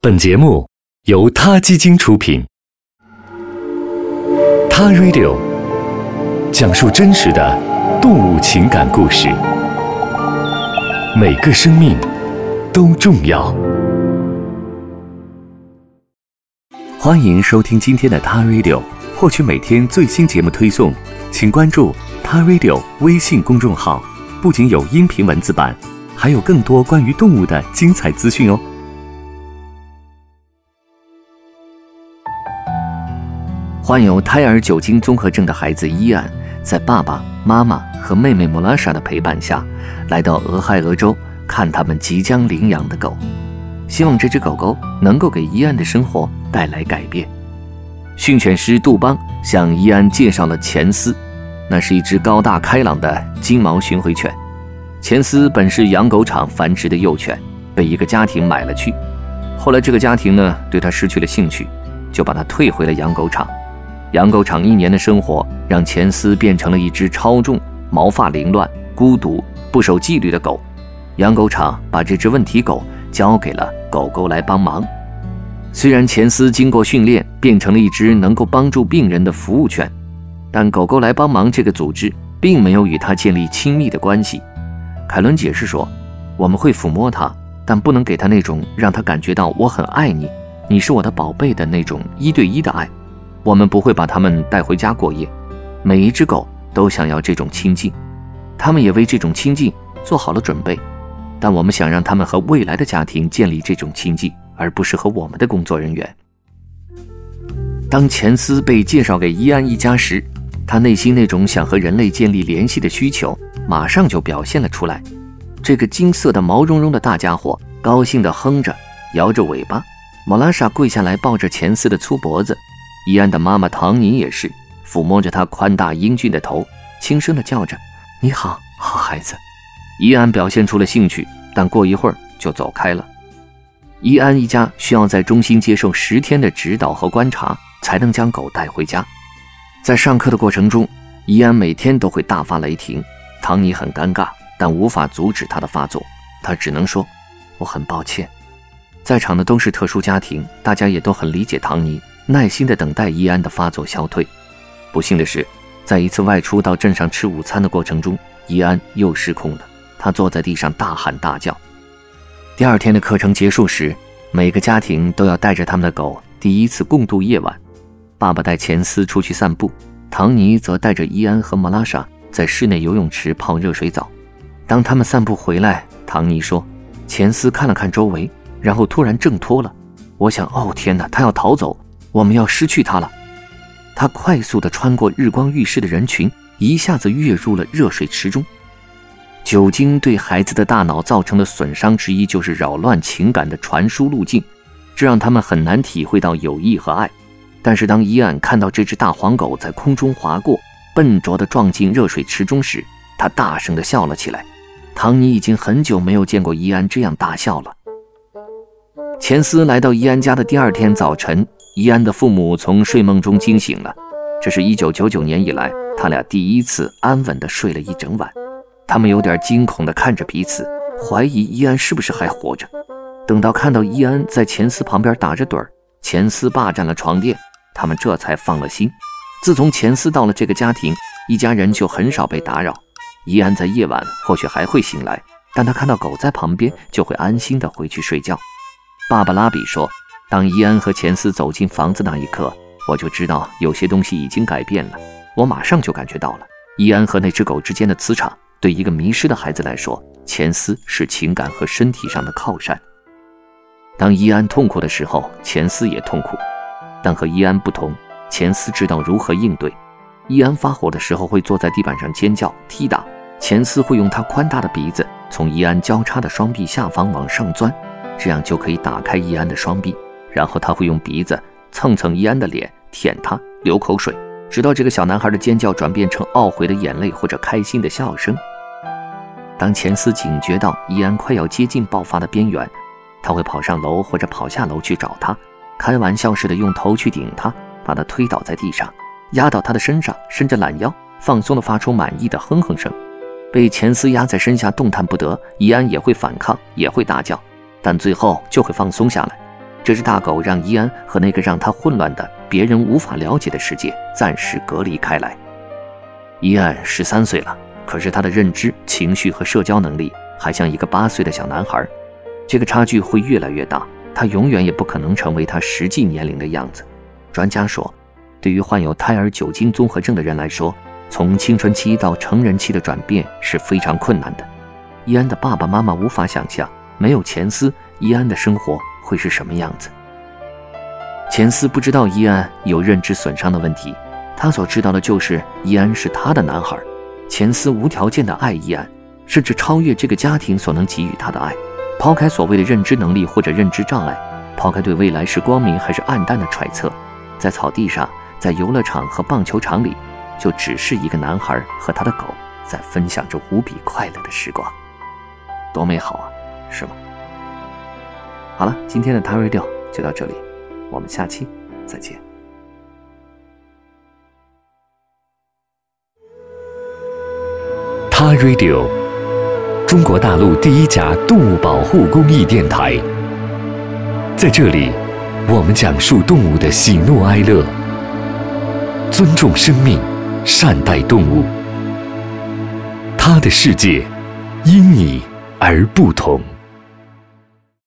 本节目由他基金出品，他 Radio 讲述真实的动物情感故事，每个生命都重要。欢迎收听今天的他 Radio， 获取每天最新节目推送，请关注他 Radio 微信公众号，不仅有音频文字版，还有更多关于动物的精彩资讯哦。患有胎儿酒精综合症的孩子伊安，在爸爸妈妈和妹妹莫拉莎的陪伴下，来到俄亥俄州看他们即将领养的狗，希望这只狗狗能够给伊安的生活带来改变。训犬师杜邦向伊安介绍了钱斯，那是一只高大开朗的金毛巡回犬。钱斯本是养狗场繁殖的幼犬，被一个家庭买了去，后来这个家庭呢对它失去了兴趣，就把它退回了养狗场。养狗场1年的生活让钱斯变成了一只超重、毛发凌乱、孤独、不守纪律的狗。养狗场把这只问题狗交给了狗狗来帮忙。虽然钱斯经过训练变成了一只能够帮助病人的服务犬，但狗狗来帮忙这个组织并没有与它建立亲密的关系。凯伦解释说，我们会抚摸它，但不能给它那种让它感觉到我很爱你，你是我的宝贝的那种1对1的爱。我们不会把它们带回家过夜，每一只狗都想要这种亲近，它们也为这种亲近做好了准备，但我们想让它们和未来的家庭建立这种亲近，而不是和我们的工作人员。当钱斯被介绍给伊安一家时，他内心那种想和人类建立联系的需求马上就表现了出来。这个金色的毛茸茸的大家伙高兴地哼着，摇着尾巴。莫拉莎跪下来抱着钱斯的粗脖子，伊安的妈妈唐尼也是抚摸着他宽大英俊的头，轻声地叫着，你好，好孩子。伊安表现出了兴趣，但过一会儿就走开了。伊安一家需要在中心接受10天的指导和观察，才能将狗带回家。在上课的过程中，伊安每天都会大发雷霆，唐尼很尴尬，但无法阻止他的发作，他只能说，我很抱歉。在场的都是特殊家庭，大家也都很理解唐尼，耐心地等待伊安的发作消退。不幸的是，在一次外出到镇上吃午餐的过程中，伊安又失控了，他坐在地上大喊大叫。第2天的课程结束时，每个家庭都要带着他们的狗第一次共度夜晚。爸爸带钱斯出去散步，唐尼则带着伊安和莫拉莎在室内游泳池泡热水澡。当他们散步回来，唐尼说，钱斯看了看周围，然后突然挣脱了。我想，哦天哪，他要逃走，我们要失去他了。他快速地穿过日光浴室的人群，一下子跃入了热水池中。酒精对孩子的大脑造成的损伤之一就是扰乱情感的传输路径，这让他们很难体会到友谊和爱。但是当伊安看到这只大黄狗在空中划过，笨拙地撞进热水池中时，他大声地笑了起来。唐尼已经很久没有见过伊安这样大笑了。钱斯来到伊安家的第2天早晨，伊安的父母从睡梦中惊醒了，这是1999年以来他俩第一次安稳地睡了一整晚。他们有点惊恐地看着彼此，怀疑伊安是不是还活着。等到看到伊安在钱斯旁边打着盹儿，钱斯霸占了床垫，他们这才放了心。自从钱斯到了这个家庭，一家人就很少被打扰。伊安在夜晚或许还会醒来，但他看到狗在旁边就会安心地回去睡觉。爸爸拉比说，当伊安和钱斯走进房子那一刻，我就知道有些东西已经改变了。我马上就感觉到了，伊安和那只狗之间的磁场，对一个迷失的孩子来说，钱斯是情感和身体上的靠山。当伊安痛苦的时候，钱斯也痛苦，但和伊安不同，钱斯知道如何应对。伊安发火的时候会坐在地板上尖叫踢打，钱斯会用他宽大的鼻子从伊安交叉的双臂下方往上钻，这样就可以打开伊安的双臂，然后他会用鼻子蹭蹭伊安的脸，舔他，流口水，直到这个小男孩的尖叫转变成懊悔的眼泪或者开心的笑声。当钱斯警觉到伊安快要接近爆发的边缘，他会跑上楼或者跑下楼去找他，开玩笑似的用头去顶他，把他推倒在地上，压到他的身上，伸着懒腰，放松地发出满意的哼哼声。被钱斯压在身下动弹不得，伊安也会反抗，也会大叫，但最后就会放松下来。 这只大狗让伊安和那个让他混乱的、别人无法了解的世界暂时隔离开来。伊安13岁了，可是他的认知、情绪和社交能力还像一个8岁的小男孩。这个差距会越来越大，他永远也不可能成为他实际年龄的样子。专家说，对于患有胎儿酒精综合症的人来说，从青春期到成人期的转变是非常困难的。伊安的爸爸妈妈无法想象，没有钱斯，伊安的生活会是什么样子。钱斯不知道伊安有认知损伤的问题，他所知道的就是伊安是他的男孩。钱斯无条件的爱伊安，甚至超越这个家庭所能给予他的爱。抛开所谓的认知能力或者认知障碍，抛开对未来是光明还是暗淡的揣测，在草地上，在游乐场和棒球场里，就只是一个男孩和他的狗在分享着无比快乐的时光。多美好啊，是吗？好了，今天的Thai Radio就到这里，我们下期再见。 Thai Radio， 中国大陆第一家动物保护公益电台。在这里，我们讲述动物的喜怒哀乐，尊重生命，善待动物。它的世界因你而不同。